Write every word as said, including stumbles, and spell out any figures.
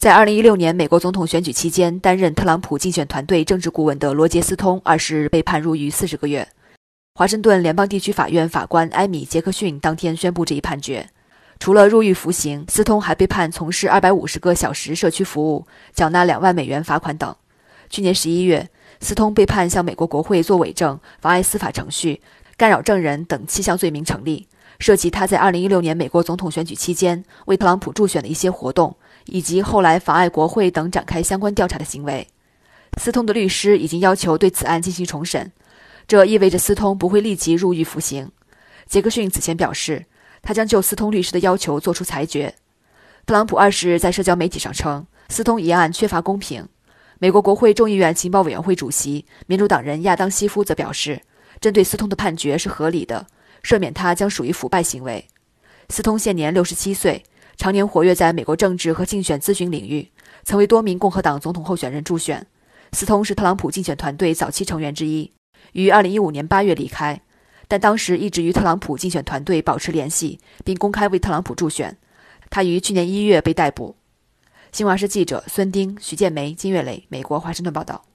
在二零一六年美国总统选举期间担任特朗普竞选团队政治顾问的罗杰斯通二十日被判入狱四十个月。华盛顿联邦地区法院法官埃米·杰克逊当天宣布这一判决。除了入狱服刑，斯通还被判从事二百五十个小时社区服务，缴纳两万美元罚款等。去年十一月，斯通被判向美国国会作伪证、妨碍司法程序、干扰证人等七项罪名成立，涉及他在二零一六年美国总统选举期间为特朗普助选的一些活动，以及后来妨碍国会等展开相关调查的行为。斯通的律师已经要求对此案进行重审，这意味着斯通不会立即入狱服刑。杰克逊此前表示，他将就斯通律师的要求作出裁决。特朗普二十日在社交媒体上称，斯通一案缺乏公平。美国国会众议院情报委员会主席民主党人亚当西夫则表示，针对斯通的判决是合理的，赦免他将属于腐败行为。斯通现年六十七岁，常年活跃在美国政治和竞选咨询领域，曾为多名共和党总统候选人助选。斯通是特朗普竞选团队早期成员之一，于二零一五年八月离开，但当时一直与特朗普竞选团队保持联系，并公开为特朗普助选。他于去年一月被逮捕。新华社记者孙丁、徐建梅、金岳磊，美国华盛顿报道。